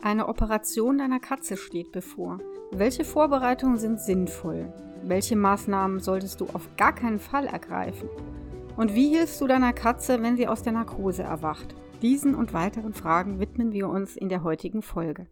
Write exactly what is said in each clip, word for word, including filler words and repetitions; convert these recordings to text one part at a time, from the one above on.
Eine Operation deiner Katze steht bevor. Welche Vorbereitungen sind sinnvoll? Welche Maßnahmen solltest du auf gar keinen Fall ergreifen? Und wie hilfst du deiner Katze, wenn sie aus der Narkose erwacht? Diesen und weiteren Fragen widmen wir uns in der heutigen Folge.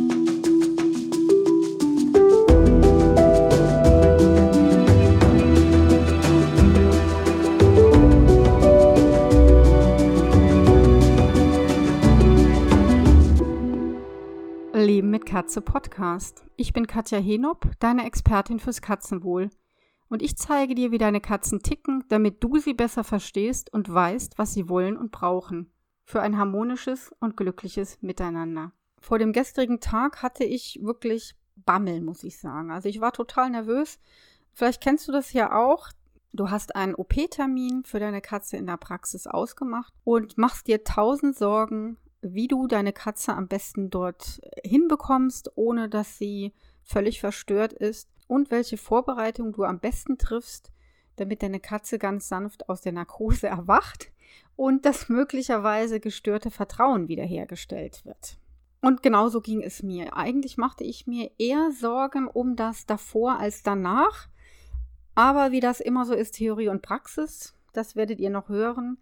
Leben mit Katze Podcast. Ich bin Katja Henop, deine Expertin fürs Katzenwohl. Und ich zeige dir, wie deine Katzen ticken, damit du sie besser verstehst und weißt, was sie wollen und brauchen. Für ein harmonisches und glückliches Miteinander. Vor dem gestrigen Tag hatte ich wirklich Bammel, muss ich sagen. Also ich war total nervös. Vielleicht kennst du das ja auch. Du hast einen O P-Termin für deine Katze in der Praxis ausgemacht und machst dir tausend Sorgen, wie du deine Katze am besten dort hinbekommst, ohne dass sie völlig verstört ist und welche Vorbereitungen du am besten triffst, damit deine Katze ganz sanft aus der Narkose erwacht und das möglicherweise gestörte Vertrauen wiederhergestellt wird. Und genauso ging es mir. Eigentlich machte ich mir eher Sorgen um das davor als danach, aber wie das immer so ist, Theorie und Praxis, das werdet ihr noch hören,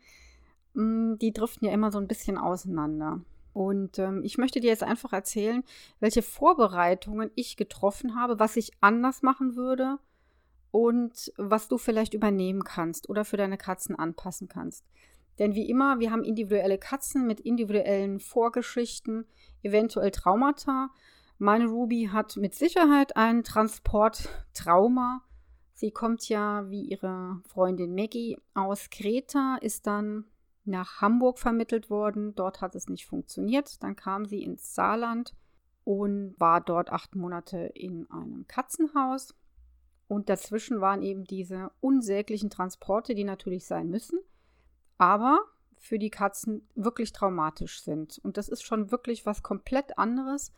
die driften ja immer so ein bisschen auseinander. Und ähm, ich möchte dir jetzt einfach erzählen, welche Vorbereitungen ich getroffen habe, was ich anders machen würde und was du vielleicht übernehmen kannst oder für deine Katzen anpassen kannst. Denn wie immer, wir haben individuelle Katzen mit individuellen Vorgeschichten, eventuell Traumata. Meine Ruby hat mit Sicherheit ein Transporttrauma. Sie kommt ja, wie ihre Freundin Maggie, aus Kreta, ist dann nach Hamburg vermittelt worden. Dort hat es nicht funktioniert. Dann kam sie ins Saarland und war dort acht Monate in einem Katzenhaus. Und dazwischen waren eben diese unsäglichen Transporte, die natürlich sein müssen, aber für die Katzen wirklich traumatisch sind. Und das ist schon wirklich was komplett anderes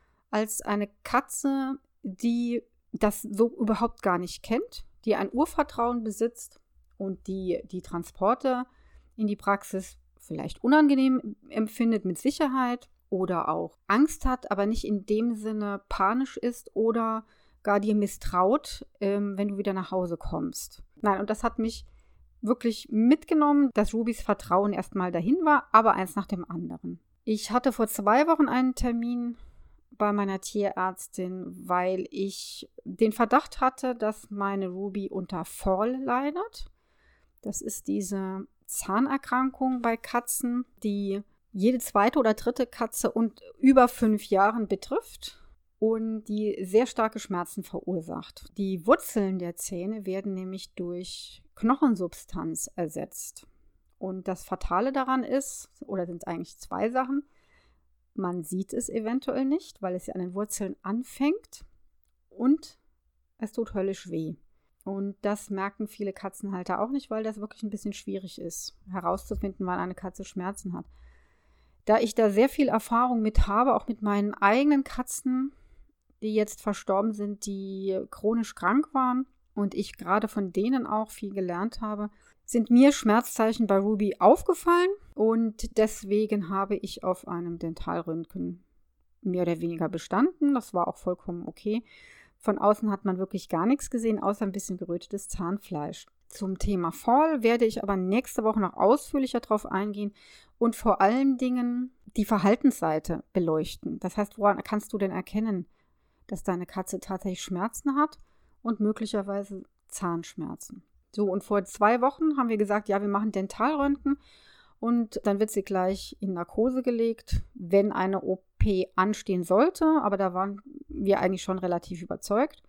als eine Katze, die das so überhaupt gar nicht kennt, die ein Urvertrauen besitzt und die die Transporte in die Praxis vielleicht unangenehm empfindet mit Sicherheit oder auch Angst hat, aber nicht in dem Sinne panisch ist oder gar dir misstraut, ähm, wenn du wieder nach Hause kommst. Nein, und das hat mich wirklich mitgenommen, dass Rubys Vertrauen erstmal dahin war, aber eins nach dem anderen. Ich hatte vor zwei Wochen einen Termin bei meiner Tierärztin, weil ich den Verdacht hatte, dass meine Ruby unter Fall leidet. Das ist diese Zahnerkrankung bei Katzen, die jede zweite oder dritte Katze und über fünf Jahren betrifft und die sehr starke Schmerzen verursacht. Die Wurzeln der Zähne werden nämlich durch Knochensubstanz ersetzt. Und das Fatale daran ist, oder sind eigentlich zwei Sachen, man sieht es eventuell nicht, weil es ja an den Wurzeln anfängt und es tut höllisch weh. Und das merken viele Katzenhalter auch nicht, weil das wirklich ein bisschen schwierig ist, herauszufinden, wann eine Katze Schmerzen hat. Da ich da sehr viel Erfahrung mit habe, auch mit meinen eigenen Katzen, die jetzt verstorben sind, die chronisch krank waren und ich gerade von denen auch viel gelernt habe, sind mir Schmerzzeichen bei Ruby aufgefallen und deswegen habe ich auf einem Dentalröntgen mehr oder weniger bestanden. Das war auch vollkommen okay. Von außen hat man wirklich gar nichts gesehen, außer ein bisschen gerötetes Zahnfleisch. Zum Thema Fall werde ich aber nächste Woche noch ausführlicher drauf eingehen und vor allen Dingen die Verhaltensseite beleuchten. Das heißt, woran kannst du denn erkennen, dass deine Katze tatsächlich Schmerzen hat und möglicherweise Zahnschmerzen? So, und vor zwei Wochen haben wir gesagt, ja, wir machen Dentalröntgen und dann wird sie gleich in Narkose gelegt, wenn eine O P anstehen sollte, aber da waren wir eigentlich schon relativ überzeugt.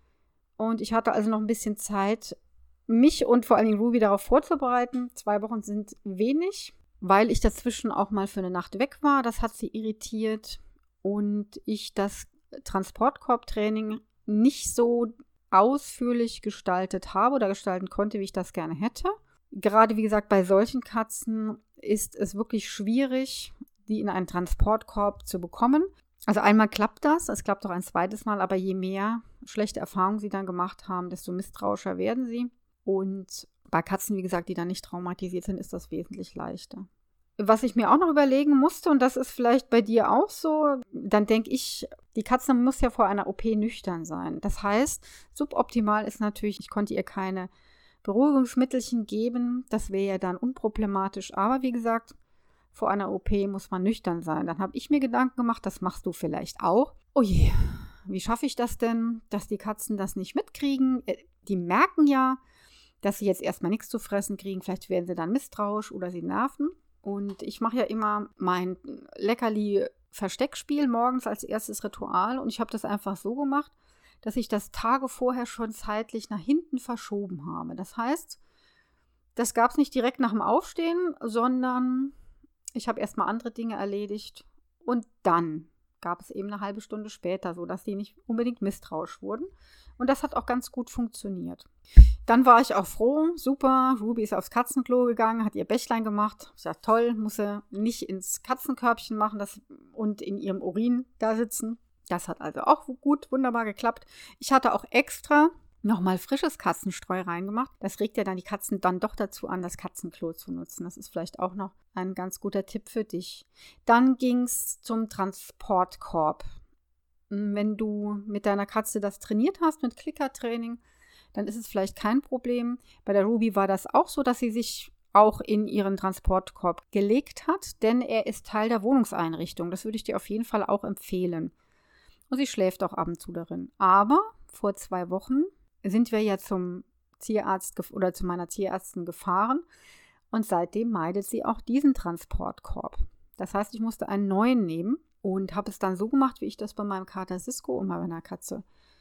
Und ich hatte also noch ein bisschen Zeit, mich und vor allen Dingen Ruby darauf vorzubereiten. Zwei Wochen sind wenig, weil ich dazwischen auch mal für eine Nacht weg war. Das hat sie irritiert und ich das Transportkorbtraining nicht so ausführlich gestaltet habe oder gestalten konnte, wie ich das gerne hätte. Gerade, wie gesagt, bei solchen Katzen ist es wirklich schwierig, die in einen Transportkorb zu bekommen. Also einmal klappt das, es klappt auch ein zweites Mal, aber je mehr schlechte Erfahrungen sie dann gemacht haben, desto misstrauischer werden sie. Und bei Katzen, wie gesagt, die dann nicht traumatisiert sind, ist das wesentlich leichter. Was ich mir auch noch überlegen musste, und das ist vielleicht bei dir auch so, dann denke ich, die Katze muss ja vor einer O P nüchtern sein. Das heißt, suboptimal ist natürlich, ich konnte ihr keine Beruhigungsmittelchen geben. Das wäre ja dann unproblematisch. Aber wie gesagt, vor einer O P muss man nüchtern sein. Dann habe ich mir Gedanken gemacht, das machst du vielleicht auch. Oh je, wie schaffe ich das denn, dass die Katzen das nicht mitkriegen? Die merken ja, dass sie jetzt erstmal nichts zu fressen kriegen. Vielleicht werden sie dann misstrauisch oder sie nerven. Und ich mache ja immer mein Leckerli-Versteckspiel morgens als erstes Ritual. Und ich habe das einfach so gemacht, dass ich das Tage vorher schon zeitlich nach hinten verschoben habe. Das heißt, das gab es nicht direkt nach dem Aufstehen, sondern ich habe erstmal andere Dinge erledigt. Und dann gab es eben eine halbe Stunde später, sodass sie nicht unbedingt misstrauisch wurden. Und das hat auch ganz gut funktioniert. Dann war ich auch froh, super, Ruby ist aufs Katzenklo gegangen, hat ihr Bächlein gemacht. Ich dachte, toll, muss sie nicht ins Katzenkörbchen machen das, und in ihrem Urin da sitzen. Das hat also auch gut, wunderbar geklappt. Ich hatte auch extra nochmal frisches Katzenstreu reingemacht. Das regt ja dann die Katzen dann doch dazu an, das Katzenklo zu nutzen. Das ist vielleicht auch noch ein ganz guter Tipp für dich. Dann ging es zum Transportkorb. Wenn du mit deiner Katze das trainiert hast, mit Klickertraining, dann ist es vielleicht kein Problem. Bei der Ruby war das auch so, dass sie sich auch in ihren Transportkorb gelegt hat, denn er ist Teil der Wohnungseinrichtung. Das würde ich dir auf jeden Fall auch empfehlen. Und sie schläft auch ab und zu darin. Aber vor zwei Wochen sind wir ja zum Tierarzt oder zu meiner Tierärztin gefahren und seitdem meidet sie auch diesen Transportkorb. Das heißt, ich musste einen neuen nehmen und habe es dann so gemacht, wie ich das bei meinem Kater Cisco und bei meiner Katze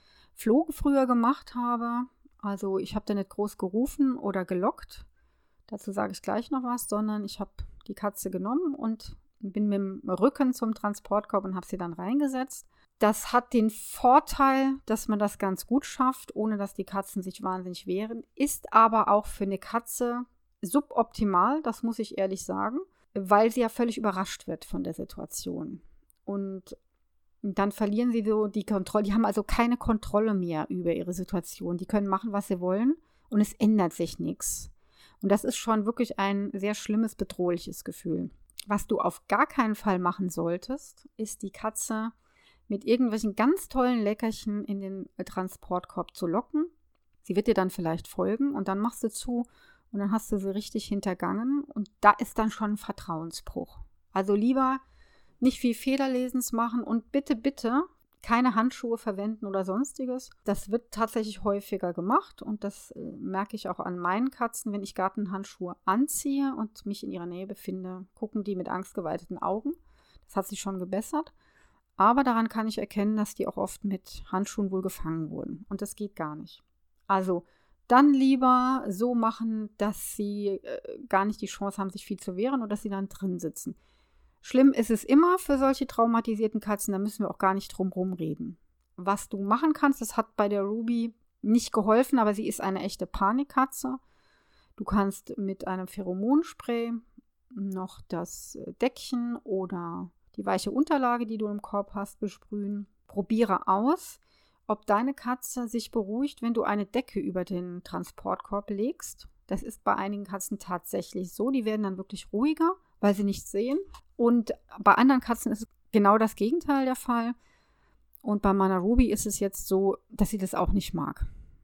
Flo früher gemacht habe. Also ich habe da nicht groß gerufen oder gelockt, dazu sage ich gleich noch was, sondern ich habe die Katze genommen und bin mit dem Rücken zum Transportkorb und habe sie dann reingesetzt. Das hat den Vorteil, dass man das ganz gut schafft, ohne dass die Katzen sich wahnsinnig wehren, ist aber auch für eine Katze suboptimal, das muss ich ehrlich sagen, weil sie ja völlig überrascht wird von der Situation. Und dann verlieren sie so die Kontrolle. Die haben also keine Kontrolle mehr über ihre Situation. Die können machen, was sie wollen und es ändert sich nichts. Und das ist schon wirklich ein sehr schlimmes, bedrohliches Gefühl. Was du auf gar keinen Fall machen solltest, ist die Katze mit irgendwelchen ganz tollen Leckerchen in den Transportkorb zu locken. Sie wird dir dann vielleicht folgen und dann machst du zu und dann hast du sie richtig hintergangen und da ist dann schon ein Vertrauensbruch. Also lieber nicht viel Federlesens machen und bitte, bitte keine Handschuhe verwenden oder sonstiges. Das wird tatsächlich häufiger gemacht und das äh, merke ich auch an meinen Katzen. Wenn ich Gartenhandschuhe anziehe und mich in ihrer Nähe befinde, gucken die mit angstgeweiteten Augen. Das hat sich schon gebessert. Aber daran kann ich erkennen, dass die auch oft mit Handschuhen wohl gefangen wurden. Und das geht gar nicht. Also dann lieber so machen, dass sie äh, gar nicht die Chance haben, sich viel zu wehren oder dass sie dann drin sitzen. Schlimm ist es immer für solche traumatisierten Katzen, da müssen wir auch gar nicht drum herum reden. Was du machen kannst, das hat bei der Ruby nicht geholfen, aber sie ist eine echte Panikkatze. Du kannst mit einem Pheromonspray noch das Deckchen oder die weiche Unterlage, die du im Korb hast, besprühen. Probiere aus, ob deine Katze sich beruhigt, wenn du eine Decke über den Transportkorb legst. Das ist bei einigen Katzen tatsächlich so. Die werden dann wirklich ruhiger, weil sie nichts sehen. Und bei anderen Katzen ist genau das Gegenteil der Fall. Und bei meiner Ruby ist es jetzt so, dass sie das auch nicht mag.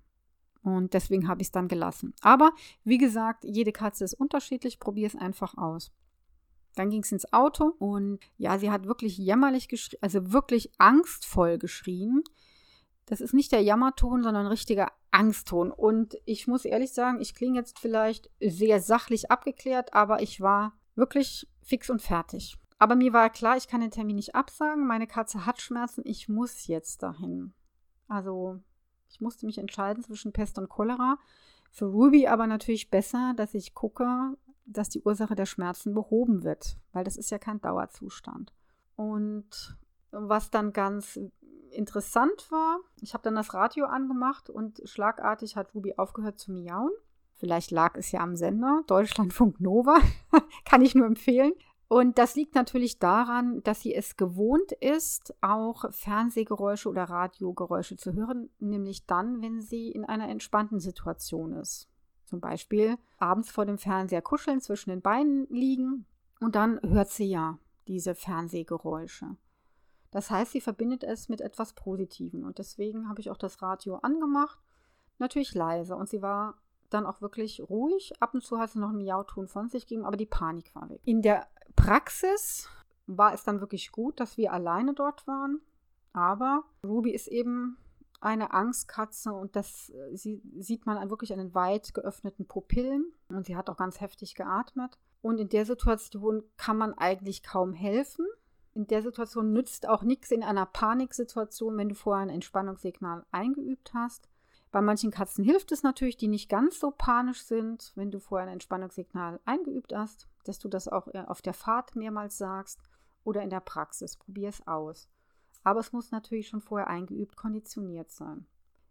Und deswegen habe ich es dann gelassen. Aber wie gesagt, jede Katze ist unterschiedlich. Probier es einfach aus. Dann ging es ins Auto und ja, sie hat wirklich jämmerlich geschrien, also wirklich angstvoll geschrien. Das ist nicht der Jammerton, sondern ein richtiger Angstton. Und ich muss ehrlich sagen, ich klinge jetzt vielleicht sehr sachlich abgeklärt, aber ich war wirklich fix und fertig. Aber mir war klar, ich kann den Termin nicht absagen. Meine Katze hat Schmerzen, ich muss jetzt dahin. Also ich musste mich entscheiden zwischen Pest und Cholera. Für Ruby aber natürlich besser, dass ich gucke, dass die Ursache der Schmerzen behoben wird, weil das ist ja kein Dauerzustand. Und was dann ganz interessant war, ich habe dann das Radio angemacht und schlagartig hat Ruby aufgehört zu miauen. Vielleicht lag es ja am Sender, Deutschlandfunk Nova, kann ich nur empfehlen. Und das liegt natürlich daran, dass sie es gewohnt ist, auch Fernsehgeräusche oder Radiogeräusche zu hören, nämlich dann, wenn sie in einer entspannten Situation ist. Zum Beispiel abends vor dem Fernseher kuscheln, zwischen den Beinen liegen Und dann hört sie ja diese Fernsehgeräusche. Das heißt, sie verbindet es mit etwas Positivem. Und deswegen habe ich auch das Radio angemacht. Natürlich leise. Und sie war dann auch wirklich ruhig. Ab und zu hat sie noch einen Miauton von sich gegeben, aber die Panik war weg. In der Praxis war es dann wirklich gut, dass wir alleine dort waren. Aber Ruby ist eben eine Angstkatze und das sie, sieht man wirklich an den weit geöffneten Pupillen. Und sie hat auch ganz heftig geatmet. Und in der Situation kann man eigentlich kaum helfen. In der Situation nützt auch nichts in einer Paniksituation, wenn du vorher ein Entspannungssignal eingeübt hast. Bei manchen Katzen hilft es natürlich, die nicht ganz so panisch sind, wenn du vorher ein Entspannungssignal eingeübt hast, dass du das auch auf der Fahrt mehrmals sagst oder in der Praxis. Probier es aus. Aber es muss natürlich schon vorher eingeübt, konditioniert sein.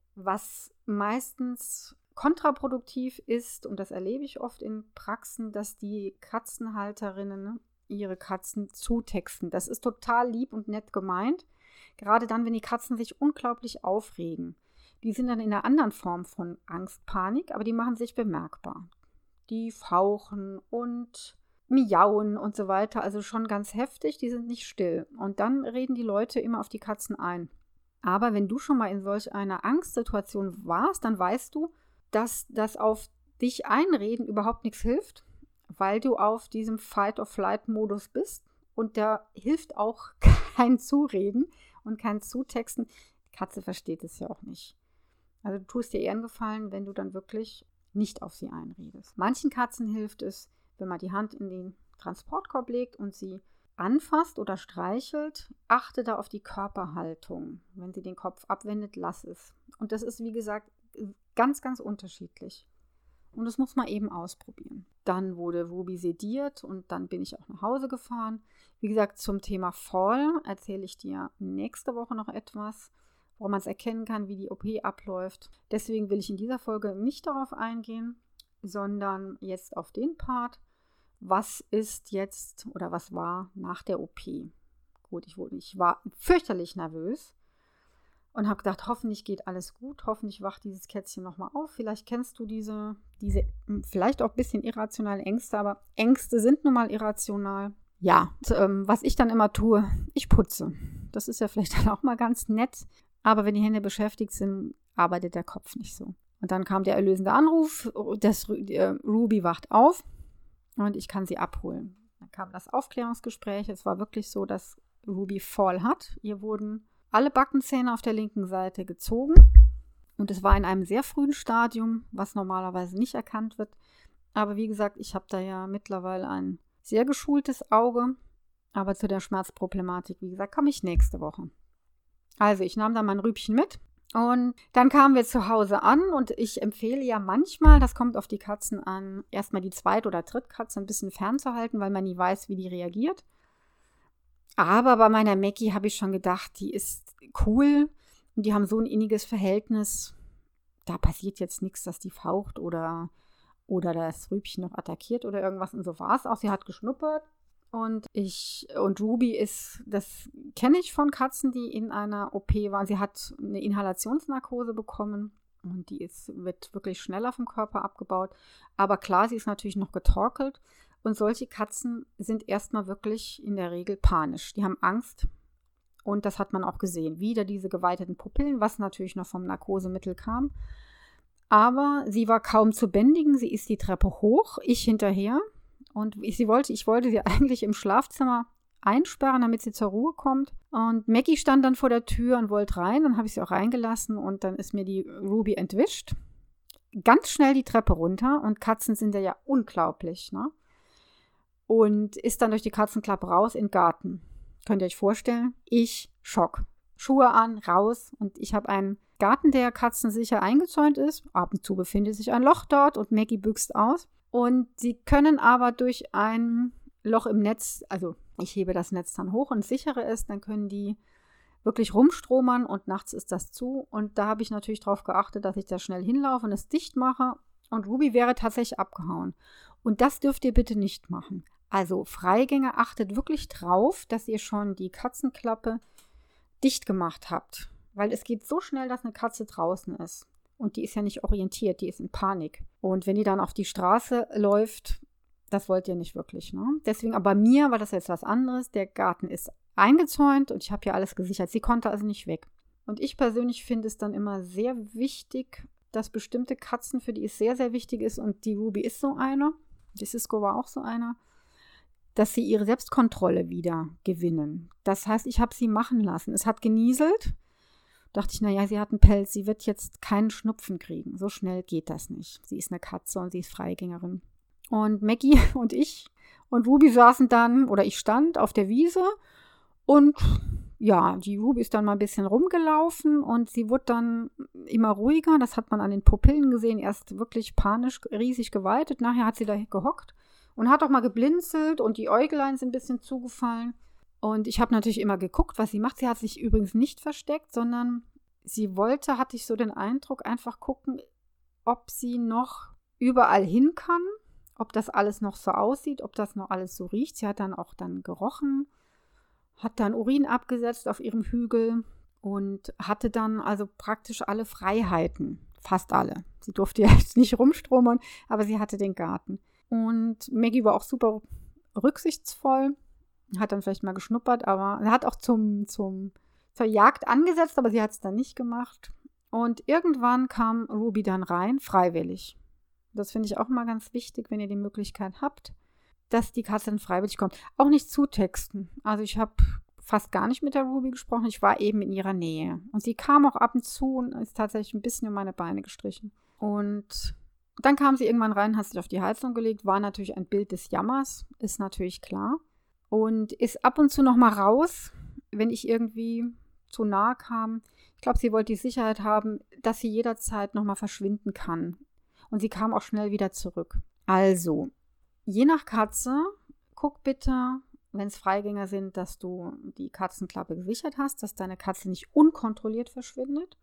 Was meistens kontraproduktiv ist, und das erlebe ich oft in Praxen, dass die Katzenhalterinnen ihre Katzen zutexten. Das ist total lieb und nett gemeint, gerade dann, wenn die Katzen sich unglaublich aufregen. Die sind dann in einer anderen Form von Angst, Panik, aber die machen sich bemerkbar. Die fauchen und miauen und so weiter, also schon ganz heftig, die sind nicht still. Und dann reden die Leute immer auf die Katzen ein. Aber wenn du schon mal in solch einer Angstsituation warst, dann weißt du, dass das auf dich einreden überhaupt nichts hilft, weil du auf diesem Fight-or-Flight-Modus bist und da hilft auch kein Zureden und kein Zutexten. Die Katze versteht es ja auch nicht. Also du tust dir eher einen Gefallen, wenn du dann wirklich nicht auf sie einredest. Manchen Katzen hilft es, wenn man die Hand in den Transportkorb legt und sie anfasst oder streichelt, achte da auf die Körperhaltung. Wenn sie den Kopf abwendet, lass es. Und das ist, wie gesagt, ganz, ganz unterschiedlich. Und das muss man eben ausprobieren. Dann wurde Ruby sediert und dann bin ich auch nach Hause gefahren. Wie gesagt, zum Thema Fall erzähle ich dir nächste Woche noch etwas, wo man es erkennen kann, wie die O P abläuft. Deswegen will ich in dieser Folge nicht darauf eingehen, sondern jetzt auf den Part, was ist jetzt oder was war nach der O P. Gut, ich, wurde, ich war fürchterlich nervös. Und habe gedacht, hoffentlich geht alles gut, hoffentlich wacht dieses Kätzchen nochmal auf. Vielleicht kennst du diese, diese vielleicht auch ein bisschen irrationale Ängste, aber Ängste sind nun mal irrational. Ja, und, ähm, was ich dann immer tue, ich putze. Das ist ja vielleicht dann auch mal ganz nett, aber wenn die Hände beschäftigt sind, arbeitet der Kopf nicht so. Und dann kam der erlösende Anruf, das, äh, Ruby wacht auf und ich kann sie abholen. Dann kam das Aufklärungsgespräch. Es war wirklich so, dass Ruby Fall hat. Ihr wurden alle Backenzähne auf der linken Seite gezogen und es war in einem sehr frühen Stadium, was normalerweise nicht erkannt wird. Aber wie gesagt, ich habe da ja mittlerweile ein sehr geschultes Auge, aber zu der Schmerzproblematik, wie gesagt, komme ich nächste Woche. Also ich nahm da mein Rübchen mit und dann kamen wir zu Hause an und ich empfehle ja manchmal, das kommt auf die Katzen an, erstmal die Zweit- oder Drittkatze ein bisschen fernzuhalten, weil man nie weiß, wie die reagiert. Aber bei meiner Mackie habe ich schon gedacht, die ist cool und die haben so ein inniges Verhältnis. Da passiert jetzt nichts, dass die faucht oder, oder das Rübchen noch attackiert oder irgendwas. Und so war es auch. Sie hat geschnuppert und ich und Ruby ist, das kenne ich von Katzen, die in einer O P waren. Sie hat eine Inhalationsnarkose bekommen und die ist, wird wirklich schneller vom Körper abgebaut. Aber klar, sie ist natürlich noch getorkelt. Und solche Katzen sind erstmal wirklich in der Regel panisch. Die haben Angst und das hat man auch gesehen. Wieder diese geweiteten Pupillen, was natürlich noch vom Narkosemittel kam. Aber sie war kaum zu bändigen. Sie ist die Treppe hoch, ich hinterher. Und ich, sie wollte, ich wollte sie eigentlich im Schlafzimmer einsperren, damit sie zur Ruhe kommt. Und Mackie stand dann vor der Tür und wollte rein. Dann habe ich sie auch reingelassen und dann ist mir die Ruby entwischt. Ganz schnell die Treppe runter und Katzen sind ja unglaublich, ne? Und ist dann durch die Katzenklappe raus in den Garten. Könnt ihr euch vorstellen? Ich Schock. Schuhe an, raus. Und ich habe einen Garten, der katzensicher eingezäunt ist. Ab und zu befindet sich ein Loch dort und Mackie büxt aus. Und sie können aber durch ein Loch im Netz, also ich hebe das Netz dann hoch und sichere es, dann können die wirklich rumstromern und nachts ist das zu. Und da habe ich natürlich darauf geachtet, dass ich da schnell hinlaufe und es dicht mache. Und Ruby wäre tatsächlich abgehauen. Und das dürft ihr bitte nicht machen. Also Freigänger, achtet wirklich drauf, dass ihr schon die Katzenklappe dicht gemacht habt. Weil es geht so schnell, dass eine Katze draußen ist. Und die ist ja nicht orientiert, die ist in Panik. Und wenn die dann auf die Straße läuft, Das wollt ihr nicht wirklich, ne? Deswegen, aber bei mir war das jetzt was anderes. Der Garten ist eingezäunt und ich habe ja alles gesichert. Sie konnte also nicht weg. Und ich persönlich finde es dann immer sehr wichtig, dass bestimmte Katzen, für die es sehr, sehr wichtig ist, und die Ruby ist so eine, die Cisco war auch so einer, dass sie ihre Selbstkontrolle wieder gewinnen. Das heißt, ich habe sie machen lassen. Es hat genieselt. Dachte ich, naja, sie hat einen Pelz, sie wird jetzt keinen Schnupfen kriegen. So schnell geht das nicht. Sie ist eine Katze und sie ist Freigängerin. Und Maggie und ich und Ruby saßen dann, oder ich stand auf der Wiese und ja, die Ruby ist dann mal ein bisschen rumgelaufen und sie wurde dann immer ruhiger. Das hat man an den Pupillen gesehen. Erst wirklich panisch, riesig geweitet. Nachher hat sie da gehockt und hat auch mal geblinzelt und die Äuglein sind ein bisschen zugefallen. Und ich habe natürlich immer geguckt, was sie macht. Sie hat sich übrigens nicht versteckt, sondern sie wollte, hatte ich so den Eindruck, einfach gucken, ob sie noch überall hin kann, ob das alles noch so aussieht, ob das noch alles so riecht. Sie hat dann auch dann gerochen, hat dann Urin abgesetzt auf ihrem Hügel und hatte dann also praktisch alle Freiheiten, fast alle. Sie durfte ja jetzt nicht rumstromern, aber sie hatte den Garten. Und Maggie war auch super rücksichtsvoll, hat dann vielleicht mal geschnuppert, aber er hat auch zum, zum, zur Jagd angesetzt, aber sie hat es dann nicht gemacht. Und irgendwann kam Ruby dann rein, freiwillig. Das finde ich auch mal ganz wichtig, wenn ihr die Möglichkeit habt, dass die Katze dann freiwillig kommt. Auch nicht zutexten. Also ich habe fast gar nicht mit der Ruby gesprochen. Ich war eben in ihrer Nähe. Und sie kam auch ab und zu und ist tatsächlich ein bisschen um meine Beine gestrichen. Und dann kam sie irgendwann rein, hat sich auf die Heizung gelegt, war natürlich ein Bild des Jammers, ist natürlich klar. Und ist ab und zu noch mal raus, wenn ich irgendwie zu nahe kam. Ich glaube, sie wollte die Sicherheit haben, dass sie jederzeit noch mal verschwinden kann. Und sie kam auch schnell wieder zurück. Also, je nach Katze, guck bitte, wenn es Freigänger sind, dass du die Katzenklappe gesichert hast, dass deine Katze nicht unkontrolliert verschwindet.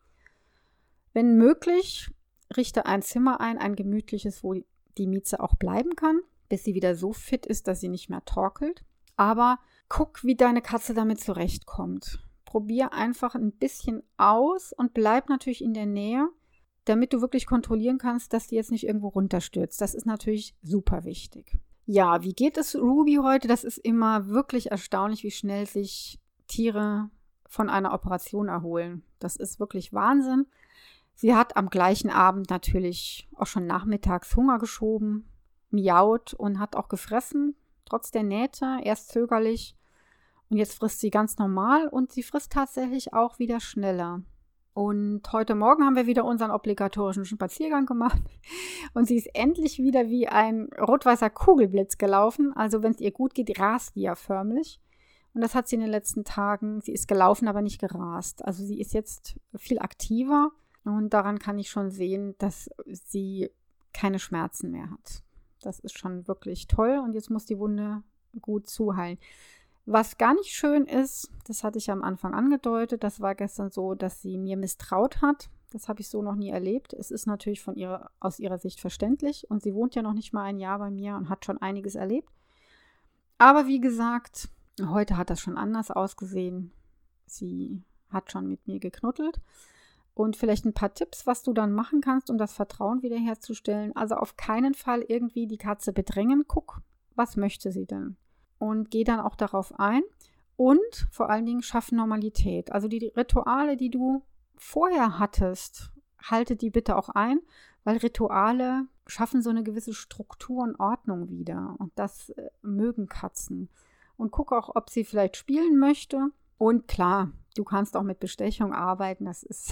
Wenn möglich, richte ein Zimmer ein, ein gemütliches, wo die Mieze auch bleiben kann, bis sie wieder so fit ist, dass sie nicht mehr torkelt. Aber guck, wie deine Katze damit zurechtkommt. Probier einfach ein bisschen aus und bleib natürlich in der Nähe, damit du wirklich kontrollieren kannst, dass die jetzt nicht irgendwo runterstürzt. Das ist natürlich super wichtig. Ja, wie geht es Ruby heute? Das ist immer wirklich erstaunlich, wie schnell sich Tiere von einer Operation erholen. Das ist wirklich Wahnsinn. Sie hat am gleichen Abend natürlich auch schon nachmittags Hunger geschoben, miaut und hat auch gefressen, trotz der Nähte, erst zögerlich. Und jetzt frisst sie ganz normal und sie frisst tatsächlich auch wieder schneller. Und heute Morgen haben wir wieder unseren obligatorischen Spaziergang gemacht und sie ist endlich wieder wie ein rot-weißer Kugelblitz gelaufen. Also wenn es ihr gut geht, rast sie ja förmlich. Und das hat sie in den letzten Tagen, sie ist gelaufen, aber nicht gerast. Also sie ist jetzt viel aktiver und daran kann ich schon sehen, dass sie keine Schmerzen mehr hat. Das ist schon wirklich toll und jetzt muss die Wunde gut zuheilen. Was gar nicht schön ist, das hatte ich ja am Anfang angedeutet, das war gestern so, dass sie mir misstraut hat. Das habe ich so noch nie erlebt. Es ist natürlich von ihrer, aus ihrer Sicht verständlich und sie wohnt ja noch nicht mal ein Jahr bei mir und hat schon einiges erlebt. Aber wie gesagt, heute hat das schon anders ausgesehen. Sie hat schon mit mir geknuddelt. Und vielleicht ein paar Tipps, was du dann machen kannst, um das Vertrauen wiederherzustellen. Also auf keinen Fall irgendwie die Katze bedrängen. Guck, was möchte sie denn? Und geh dann auch darauf ein und vor allen Dingen schaff Normalität. Also die Rituale, die du vorher hattest, halte die bitte auch ein, weil Rituale schaffen so eine gewisse Struktur und Ordnung wieder. Und das äh, mögen Katzen. Und guck auch, ob sie vielleicht spielen möchte. Und klar, du kannst auch mit Bestechung arbeiten. Das ist,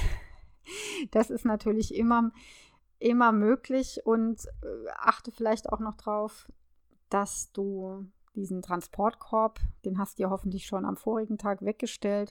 das ist natürlich immer, immer möglich. Und äh, achte vielleicht auch noch drauf, dass du diesen Transportkorb, den hast du ja hoffentlich schon am vorigen Tag weggestellt.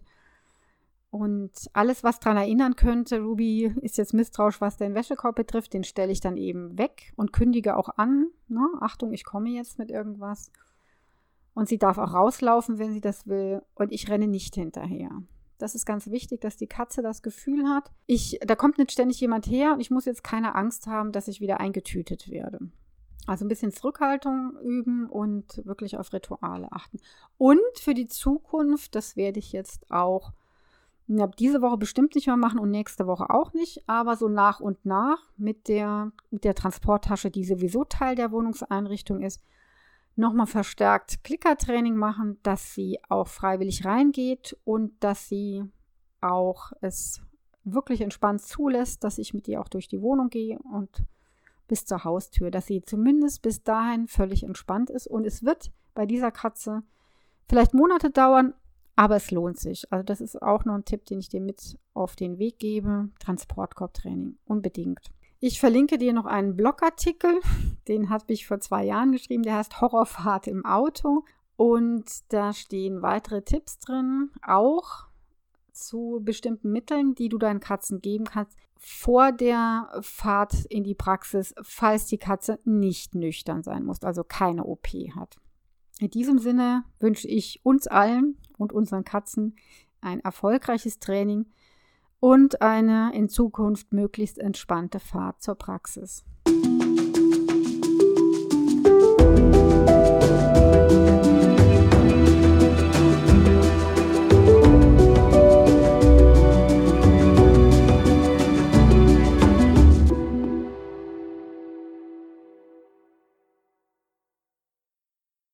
Und alles, was daran erinnern könnte, Ruby ist jetzt misstrauisch, was den Wäschekorb betrifft, den stelle ich dann eben weg und kündige auch an. Ne? Achtung, ich komme jetzt mit irgendwas. Und sie darf auch rauslaufen, wenn sie das will. Und ich renne nicht hinterher. Das ist ganz wichtig, dass die Katze das Gefühl hat, ich, da kommt nicht ständig jemand her und ich muss jetzt keine Angst haben, dass ich wieder eingetütet werde. Also ein bisschen Zurückhaltung üben und wirklich auf Rituale achten. Und für die Zukunft, das werde ich jetzt auch ja, diese Woche bestimmt nicht mehr machen und nächste Woche auch nicht, aber so nach und nach mit der, mit der Transporttasche, die sowieso Teil der Wohnungseinrichtung ist, nochmal verstärkt Klickertraining machen, dass sie auch freiwillig reingeht und dass sie auch es wirklich entspannt zulässt, dass ich mit ihr auch durch die Wohnung gehe und bis zur Haustür, dass sie zumindest bis dahin völlig entspannt ist. Und es wird bei dieser Katze vielleicht Monate dauern, aber es lohnt sich. Also das ist auch noch ein Tipp, den ich dir mit auf den Weg gebe. Transportkorbtraining, unbedingt. Ich verlinke dir noch einen Blogartikel, den habe ich vor zwei Jahren geschrieben, der heißt Horrorfahrt im Auto. Und da stehen weitere Tipps drin, auch zu bestimmten Mitteln, die du deinen Katzen geben kannst, vor der Fahrt in die Praxis, falls die Katze nicht nüchtern sein muss, also keine O P hat. In diesem Sinne wünsche ich uns allen und unseren Katzen ein erfolgreiches Training und eine in Zukunft möglichst entspannte Fahrt zur Praxis.